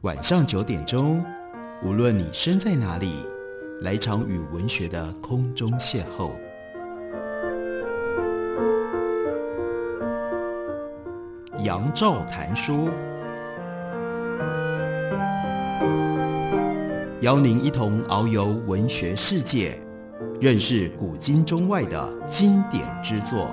晚上9点钟，无论你身在哪里，来场与文学的空中邂逅。杨照谈书，邀您一同遨游文学世界，认识古今中外的经典之作。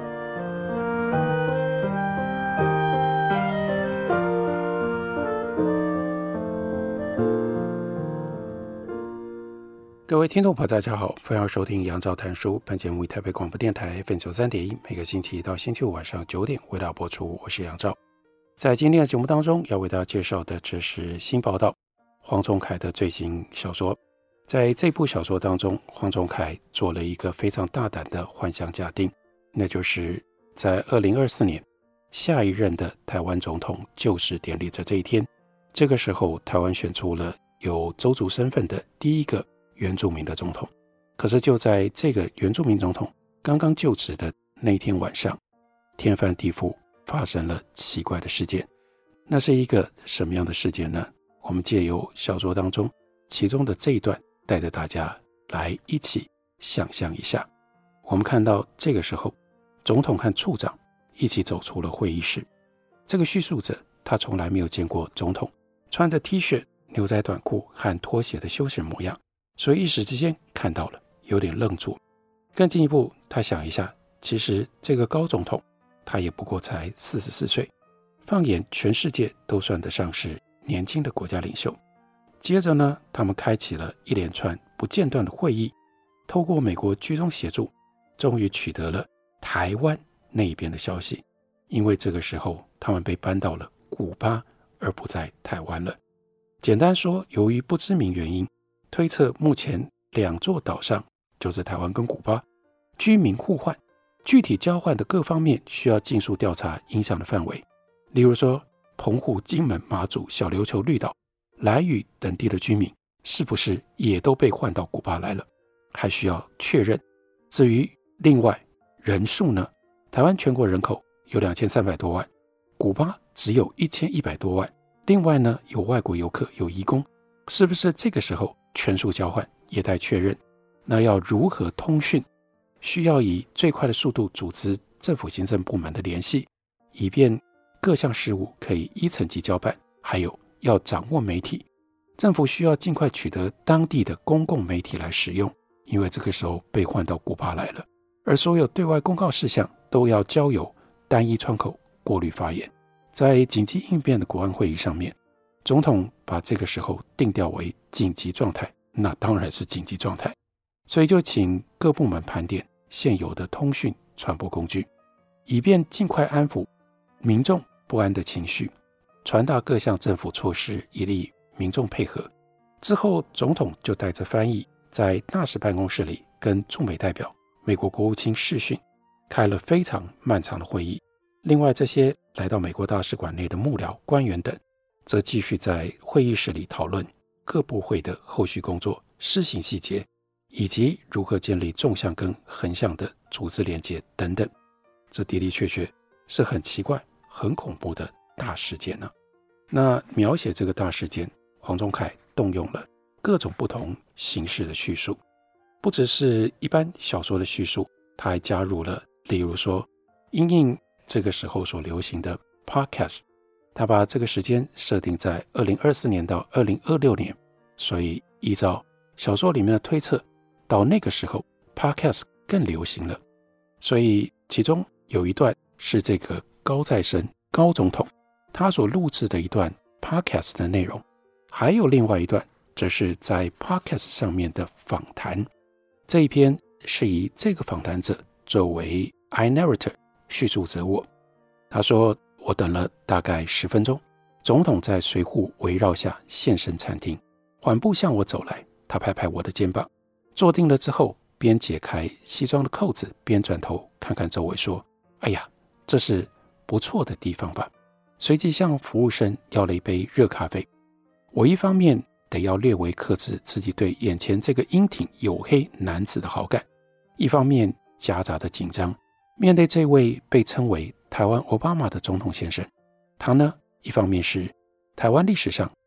各位听众朋友大家好，欢迎收听杨照谈书，本节目为台北广播电台 FM93.1，每个星期一到星期五晚上9点为大家播出，我是杨照。在今天的节目当中要为大家介绍的这是新报道黄崇凯的最新小说。在这部小说当中，黄崇凯做了一个非常大胆的幻想假定，那就是在2024年下一任的台湾总统就职典礼的这一天，这个时候台湾选出了有州族身份的第一个原住民的总统。可是就在这个原住民总统刚刚就职的那天晚上，天翻地覆，发生了奇怪的事件。那是一个什么样的事件呢？我们借由小说当中其中的这一段，带着大家来一起想象一下。我们看到这个时候，总统和处长一起走出了会议室。这个叙述者他从来没有见过总统穿着 T 恤、牛仔短裤和拖鞋的休闲模样，所以一时之间看到了，有点愣住。更进一步，他想一下，其实这个高总统他也不过才44岁，放眼全世界都算得上是年轻的国家领袖。接着呢，他们开启了一连串不间断的会议，透过美国居中协助，终于取得了台湾那一边的消息。因为这个时候他们被搬到了古巴，而不在台湾了。简单说，由于不知名原因，推测目前2座岛上，就是台湾跟古巴，居民互换，具体交换的各方面需要尽速调查影响的范围。例如说，澎湖、金门、马祖、小琉球、绿岛、兰屿等地的居民是不是也都被换到古巴来了，还需要确认。至于另外人数呢，台湾全国人口有2300多万，古巴只有1100多万，另外呢有外国游客，有移工，是不是这个时候全数交换也待确认。那要如何通讯，需要以最快的速度组织政府行政部门的联系，以便各项事务可以依层级交办。还有要掌握媒体，政府需要尽快取得当地的公共媒体来使用，因为这个时候被换到古巴来了。而所有对外公告事项都要交由单一窗口过滤发言。在紧急应变的国安会议上面，总统把这个时候定调为紧急状态，那当然是紧急状态，所以就请各部门盘点现有的通讯传播工具，以便尽快安抚民众不安的情绪，传达各项政府措施，以利民众配合。之后总统就带着翻译在大使办公室里跟驻美代表、美国国务卿视讯，开了非常漫长的会议。另外这些来到美国大使馆内的幕僚、官员等，则继续在会议室里讨论各部会的后续工作、施行细节，以及如何建立纵向跟横向的组织连接等等。这的的确确是很奇怪、很恐怖的大事件呢。那描写这个大事件，黄崇凯动用了各种不同形式的叙述，不只是一般小说的叙述，他还加入了例如说因应这个时候所流行的 podcast， 他把这个时间设定在2024年到2026年，所以依照小说里面的推测，到那个时候 podcast 更流行了。所以其中有一段是这个高再生高总统他所录制的一段 podcast 的内容，还有另外一段则是在 podcast 上面的访谈。这一篇是以这个访谈者作为 I-narrator 叙述者我。他说，我等了大概10分钟，总统在随护围绕下现身餐厅，缓步向我走来，他拍拍我的肩膀，坐定了之后，边解开西装的扣子，边转头看看周围说，哎呀，这是不错的地方吧。随即向服务生要了一杯热咖啡。我一方面得要略微克制自己对眼前这个英挺黝黑男子的好感，一方面夹杂的紧张，面对这位被称为台湾奥巴马的总统先生。他呢，一方面是台湾历史上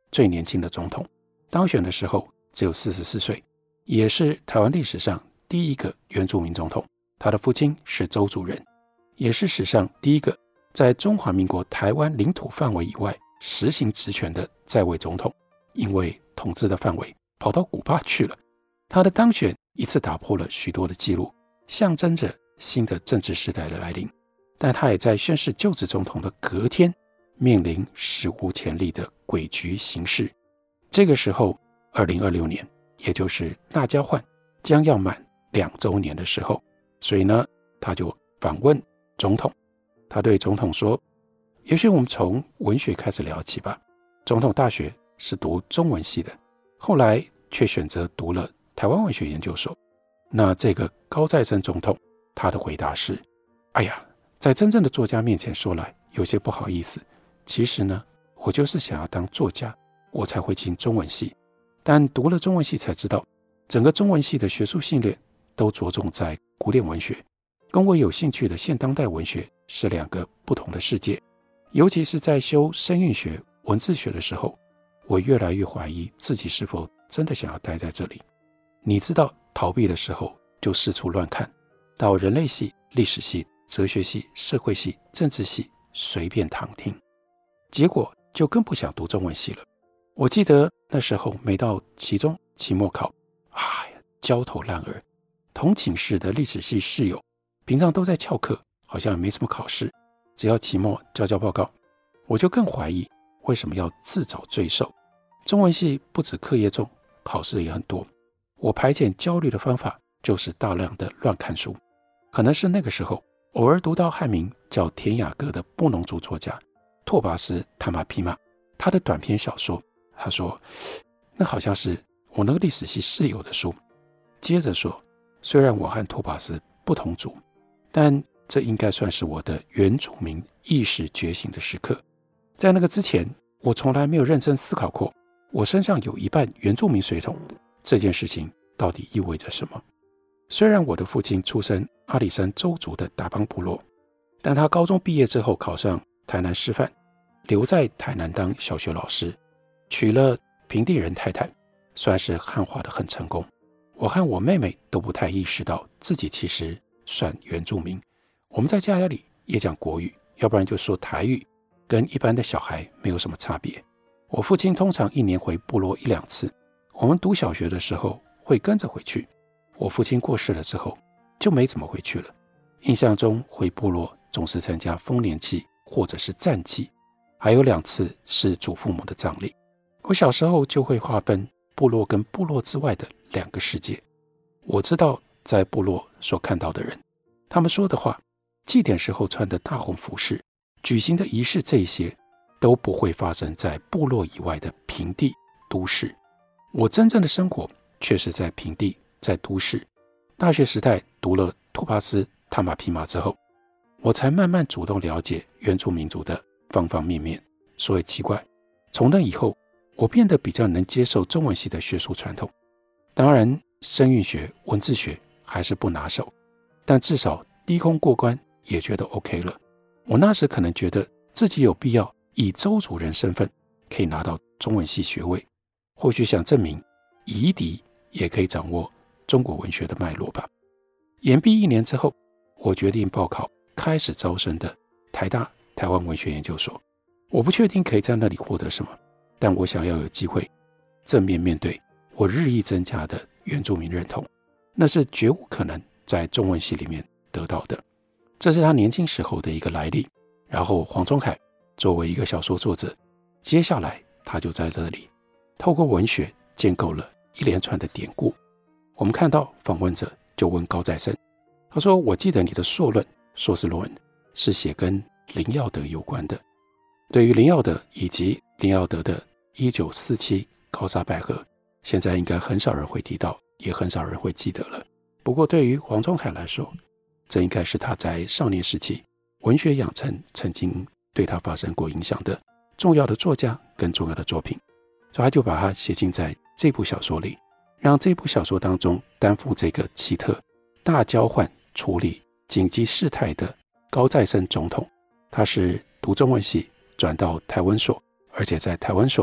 最年轻的总统，当选的时候只有44岁，也是台湾历史上第一个原住民总统。他的父亲是邹族人，也是史上第一个在中华民国台湾领土范围以外实行职权的在位总统，因为统治的范围跑到古巴去了。他的当选一次打破了许多的记录，象征着新的政治时代的来临。但他也在宣誓就职总统的隔天面临史无前例的诡谲形势。这个时候2026年，也就是大交换将要满2周年的时候，所以呢，他就访问总统。他对总统说，也许我们从文学开始聊起吧。总统大学是读中文系的，后来却选择读了台湾文学研究所。那这个高再生总统，他的回答是，哎呀，在真正的作家面前说来有些不好意思，其实呢，我就是想要当作家，我才会进中文系。但读了中文系才知道，整个中文系的学术训练都着重在古典文学，跟我有兴趣的现当代文学是2个不同的世界。尤其是在修声韵学、文字学的时候，我越来越怀疑自己是否真的想要待在这里。你知道，逃避的时候就四处乱看，到人类系、历史系、哲学系、社会系、政治系随便躺听，结果就更不想读中文系了。我记得那时候每到期中、期末考，焦头烂额。同寝室的历史系室友平常都在翘课，好像也没什么考试，只要期末交报告。我就更怀疑为什么要自找罪受。中文系不止课业重，考试也很多。我排遣焦虑的方法就是大量的乱看书。可能是那个时候偶尔读到汉名叫田雅各的布农族作家拓跋斯塔玛皮玛他的短篇小说，他说那好像是我那个历史系室友的书。接着说，虽然我和拓跋斯不同族，但这应该算是我的原住民意识觉醒的时刻。在那个之前，我从来没有认真思考过我身上有一半原住民血统这件事情到底意味着什么。虽然我的父亲出身阿里山邹族的达邦部落，但他高中毕业之后考上台南师范，留在台南当小学老师，娶了平地人太太，算是汉化的很成功。我和我妹妹都不太意识到自己其实算原住民。我们在家里也讲国语，要不然就说台语，跟一般的小孩没有什么差别。我父亲通常1年回部落1-2次，我们读小学的时候会跟着回去。我父亲过世了之后就没怎么回去了。印象中回部落总是参加丰年祭或者是战祭，还有2次是祖父母的葬礼。我小时候就会划分部落跟部落之外的2个世界。我知道在部落所看到的人，他们说的话，祭典时候穿的大红服饰，举行的仪式，这些都不会发生在部落以外的平地都市。我真正的生活却是在平地，在都市。大学时代读了拓跋斯塔玛皮玛之后，我才慢慢主动了解原住民族的方方面面。所以奇怪，从那以后我变得比较能接受中文系的学术传统。当然声韵学、文字学还是不拿手，但至少低空过关也觉得 OK 了。我那时可能觉得自己有必要以邹族人身份可以拿到中文系学位，或许想证明夷狄也可以掌握中国文学的脉络吧。延毕1年之后，我决定报考开始招生的台大台湾文学研究所。我不确定可以在那里获得什么，但我想要有机会正面面对我日益增加的原住民认同，那是绝无可能在中文系里面得到的。这是他年轻时候的一个来历。然后黄宗凯作为一个小说作者，接下来他就在这里透过文学建构了一连串的典故。我们看到访问者就问高再生，他说，我记得你的硕士论文是写跟林耀德有关的。对于林耀德以及林耀德的1947高沙百合，现在应该很少人会提到，也很少人会记得了。不过对于黄宗凯来说，这应该是他在少年时期文学养成曾经对他发生过影响的重要的作家跟重要的作品，所以他就把它写进在这部小说里，让这部小说当中担负这个奇特大交换处理紧急事态的高再生总统。他是读中文系转到台文所，而且在台文所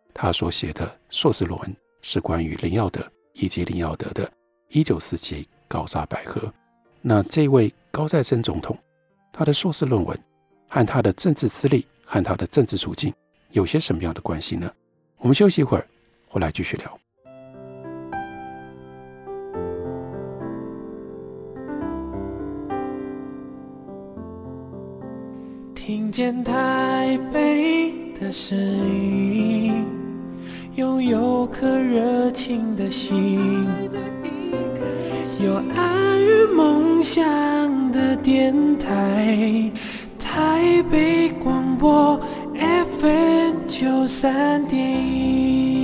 他所写的硕士论文是关于林耀德以及林耀德的1947高沙百合。那这位高再生总统，他的硕士论文和他的政治资历和他的政治处境有些什么样的关系呢？我们休息一会儿，回来继续聊。 听见台北的声音，拥有颗热情的心，有爱与梦想的电台，台北广播 FM93.1。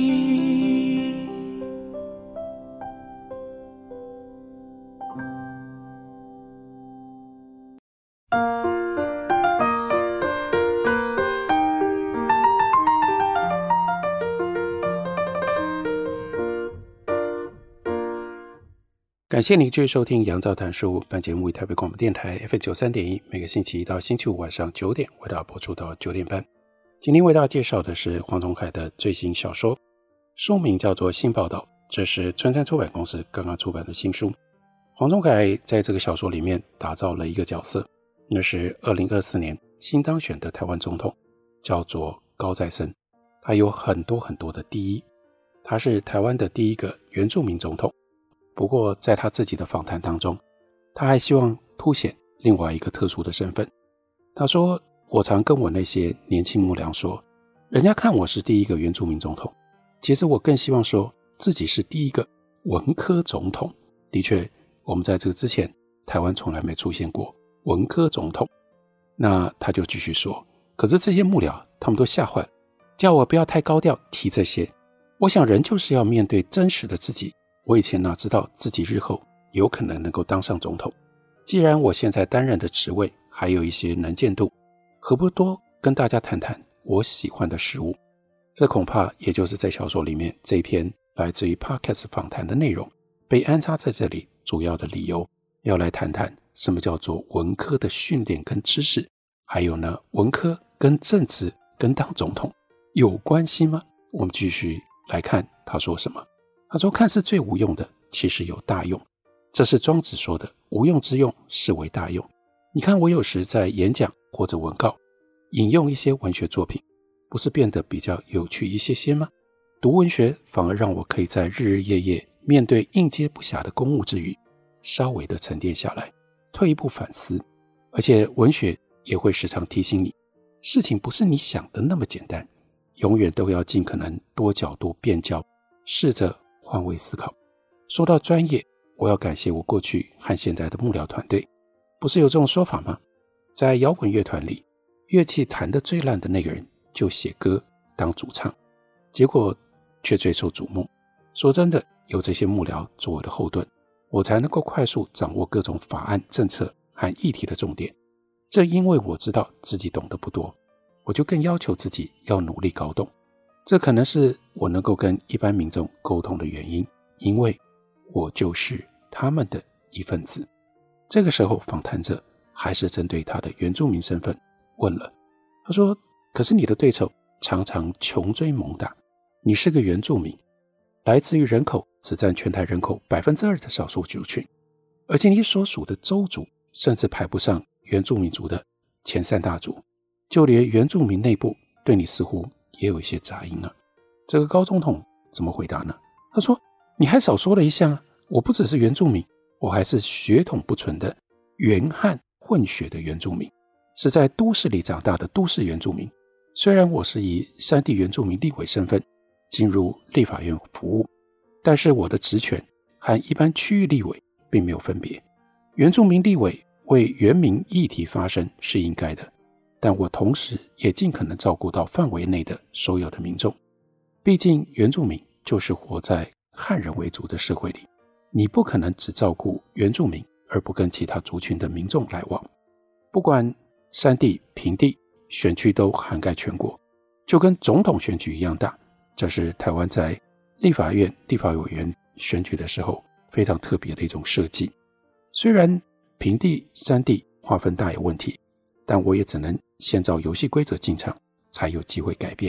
感谢您继续收听杨照谈书，本节目以台北广播电台 FM93.1，每个星期一到星期五晚上9点为大家播出到9点半。今天为大家介绍的是黄崇凯的最新小说，书名叫做《新报道》，这是春山出版公司刚刚出版的新书。黄崇凯在这个小说里面打造了一个角色，那是2024年新当选的台湾总统，叫做高再生。他有很多很多的第一，他是台湾的第一个原住民总统。不过在他自己的访谈当中，他还希望凸显另外一个特殊的身份。他说，我常跟我那些年轻幕僚说，人家看我是第一个原住民总统，其实我更希望说自己是第一个文科总统。的确，我们在这个之前台湾从来没出现过文科总统。那他就继续说，可是这些幕僚他们都吓坏了，叫我不要太高调提这些。我想人就是要面对真实的自己，我以前哪知道自己日后有可能能够当上总统。既然我现在担任的职位还有一些能见度，何不多跟大家谈谈我喜欢的事物。这恐怕也就是在小说里面这一篇来自于 Podcast 访谈的内容被安插在这里主要的理由，要来谈谈什么叫做文科的训练跟知识，还有呢，文科跟政治跟当总统有关系吗？我们继续来看他说什么。他说，看似最无用的其实有大用，这是庄子说的，无用之用是为大用。你看我有时在演讲或者文告引用一些文学作品，不是变得比较有趣一些些吗？读文学反而让我可以在日日夜夜面对应接不暇的公务之余稍微的沉淀下来，退一步反思。而且文学也会时常提醒你，事情不是你想的那么简单，永远都要尽可能多角度变焦，试着换位思考。说到专业，我要感谢我过去和现在的幕僚团队。不是有这种说法吗？在摇滚乐团里，乐器弹得最烂的那个人就写歌当主唱，结果却最受瞩目。说真的，有这些幕僚做我的后盾，我才能够快速掌握各种法案政策和议题的重点。正因为我知道自己懂得不多，我就更要求自己要努力搞懂。这可能是我能够跟一般民众沟通的原因，因为我就是他们的一份子。这个时候访谈者还是针对他的原住民身份问了，他说，可是你的对手常常穷追猛打，你是个原住民，来自于人口只占全台人口 2% 的少数族群，而且你所属的州族甚至排不上原住民族的前3大族，就连原住民内部对你似乎也有一些杂音啊。这个高总统怎么回答呢？他说，你还少说了一项啊，我不只是原住民，我还是血统不纯的原汉混血的原住民，是在都市里长大的都市原住民。虽然我是以山地原住民立委身份进入立法院服务，但是我的职权和一般区域立委并没有分别。原住民立委为原民议题发声是应该的，但我同时也尽可能照顾到范围内的所有的民众。毕竟原住民就是活在汉人为主的社会里，你不可能只照顾原住民而不跟其他族群的民众来往。不管山地、平地，选区都涵盖全国，就跟总统选举一样大。这是台湾在立法院立法委员选举的时候非常特别的一种设计。虽然平地、山地划分大有问题，但我也只能先照游戏规则进场，才有机会改变。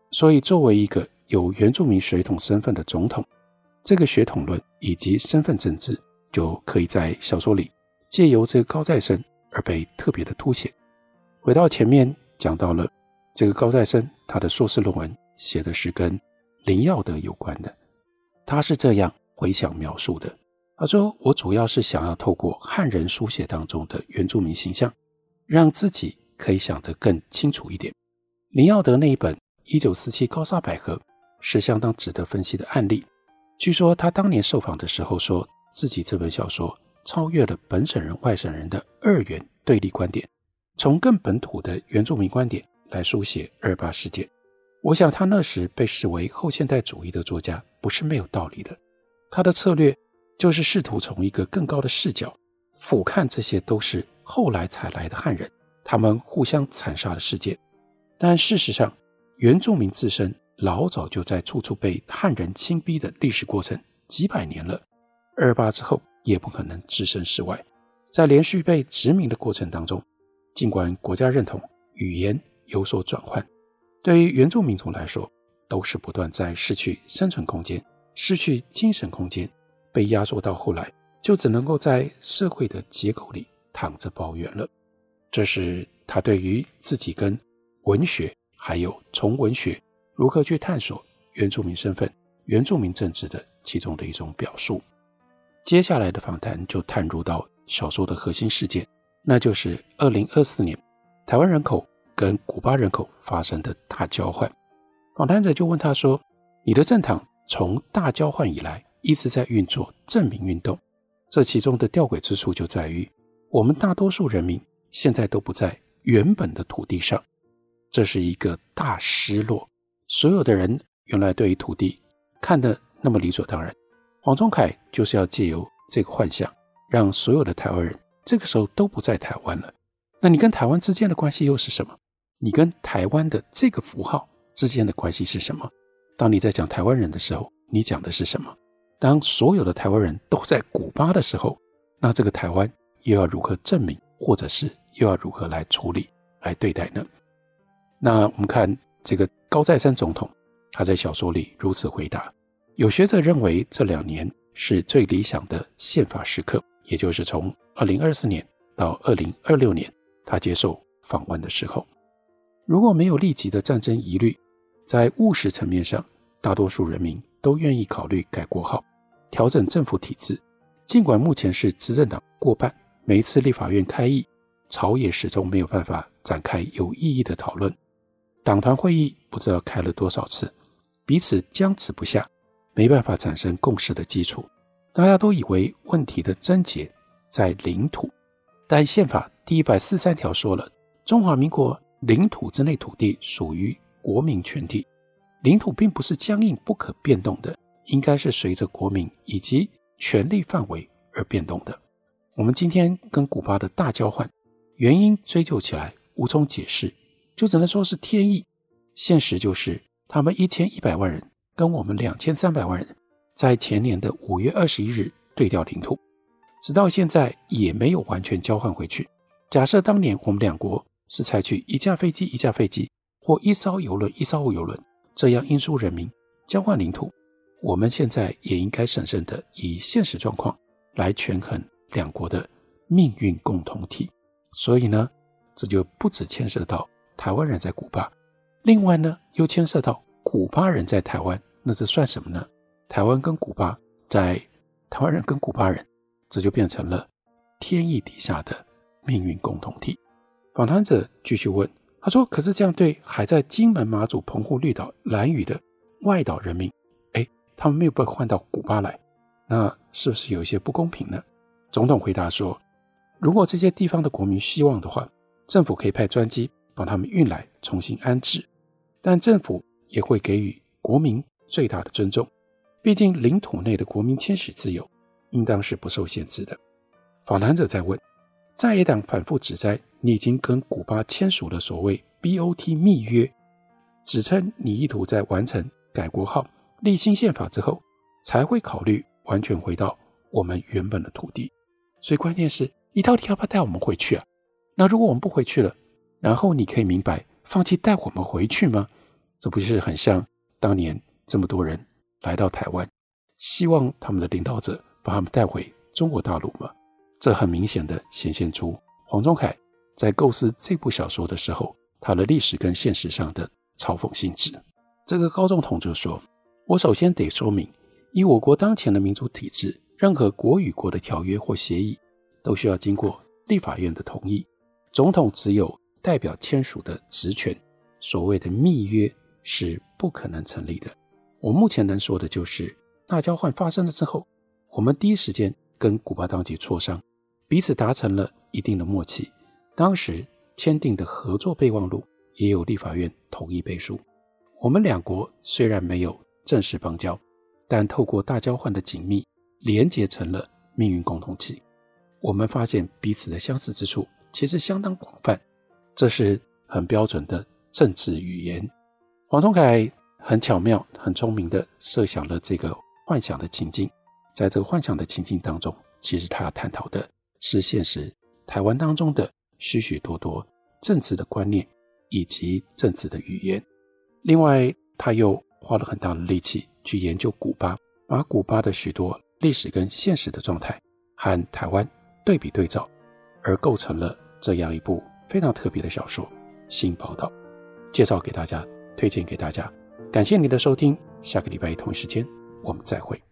所以作为一个有原住民血统身份的总统，这个血统论以及身份政治就可以在小说里借由这个高再生而被特别的凸显。回到前面讲到了这个高再生，他的硕士论文写的是跟林耀德有关的。他是这样回想描述的，他说，我主要是想要透过汉人书写当中的原住民形象，让自己可以想得更清楚一点。林耀德那一本1947高沙百合是相当值得分析的案例。据说他当年受访的时候说，自己这本小说超越了本省人外省人的二元对立观点，从更本土的原住民观点来书写228事件。我想他那时被视为后现代主义的作家不是没有道理的，他的策略就是试图从一个更高的视角俯瞰这些都是后来才来的汉人，他们互相残杀的事件。但事实上，原住民自身老早就在处处被汉人侵逼的历史过程几百年了，228之后也不可能置身事外。在连续被殖民的过程当中，尽管国家认同、语言有所转换，对于原住民族来说，都是不断在失去生存空间、失去精神空间，被压缩到后来就只能够在社会的结构里躺着抱怨了。这是他对于自己跟文学还有从文学如何去探索原住民身份、原住民政治的其中的一种表述。接下来的访谈就探入到小说的核心事件，那就是2024年台湾人口跟古巴人口发生的大交换。访谈者就问他说，你的政党从大交换以来一直在运作正名运动，这其中的吊诡之处就在于，我们大多数人民现在都不在原本的土地上，这是一个大失落。所有的人原来对于土地看得那么理所当然，黄宗凯就是要借由这个幻象，让所有的台湾人这个时候都不在台湾了。那你跟台湾之间的关系又是什么？你跟台湾的这个符号之间的关系是什么？当你在讲台湾人的时候，你讲的是什么？当所有的台湾人都在古巴的时候，那这个台湾又要如何证明，或者是又要如何来处理、来对待呢？那我们看这个高再生总统，他在小说里如此回答。有学者认为这2年是最理想的宪法时刻，也就是从2024年到2026年他接受访问的时候。如果没有立即的战争疑虑，在务实层面上，大多数人民都愿意考虑改国号、调整政府体制。尽管目前是执政党过半，每一次立法院开议，朝野始终没有办法展开有意义的讨论。党团会议不知道开了多少次，彼此僵持不下，没办法产生共识的基础。大家都以为问题的症结在领土，但宪法第143条说了，中华民国领土之内土地属于国民全体，领土并不是僵硬不可变动的，应该是随着国民以及权力范围而变动的。我们今天跟古巴的大交换，原因追究起来无从解释，就只能说是天意。现实就是他们1100万人跟我们2300万人在前年的5月21日对调领土，直到现在也没有完全交换回去。假设当年我们两国是采取一架飞机一架飞机，或一艘邮轮一艘邮轮这样运输人民交换领土，我们现在也应该审慎的以现实状况来权衡两国的命运共同体。所以呢，这就不只牵涉到台湾人在古巴，另外呢又牵涉到古巴人在台湾，那这算什么呢？台湾跟古巴，在台湾人跟古巴人，这就变成了天意底下的命运共同体。访谈者继续问，他说，可是这样对还在金门、马祖、澎湖、绿岛、兰屿的外岛人民，他们没有被换到古巴来，那是不是有一些不公平呢？总统回答说，如果这些地方的国民希望的话，政府可以派专机帮他们运来重新安置，但政府也会给予国民最大的尊重，毕竟领土内的国民迁徙自由应当是不受限制的。访谈者在问，在野党反复指摘你已经跟古巴签署了所谓 BOT 密约，指称你意图在完成改国号、立新宪法之后才会考虑完全回到我们原本的土地。所以关键是你到底要不要带我们回去啊？那如果我们不回去了，然后你可以明白放弃带我们回去吗？ 这不是很像当年这么多人来到台湾，希望他们的领导者把他们带回中国大陆吗？这很明显的显现出黄宗凯在构思这部小说的时候，他的历史跟现实上的嘲讽性质。这个高总统就说，我首先得说明，以我国当前的民主体制，任何国与国的条约或协议都需要经过立法院的同意，总统只有代表签署的职权，所谓的密约是不可能成立的。我目前能说的就是大交换发生了之后，我们第一时间跟古巴当局磋商，彼此达成了一定的默契，当时签订的合作备忘录也有立法院同意背书。我们两国虽然没有正式邦交，但透过大交换的紧密连结成了命运共同体。我们发现彼此的相似之处其实相当广泛，这是很标准的政治语言。黄宗凯很巧妙很聪明地设想了这个幻想的情境，在这个幻想的情境当中，其实他要探讨的是现实台湾当中的许许多多政治的观念以及政治的语言。另外他又花了很大的力气去研究古巴，把古巴的许多历史跟现实的状态和台湾对比对照，而构成了这样一部非常特别的小说《新宝岛》，介绍给大家，推荐给大家。感谢你的收听，下个礼拜同一时间我们再会。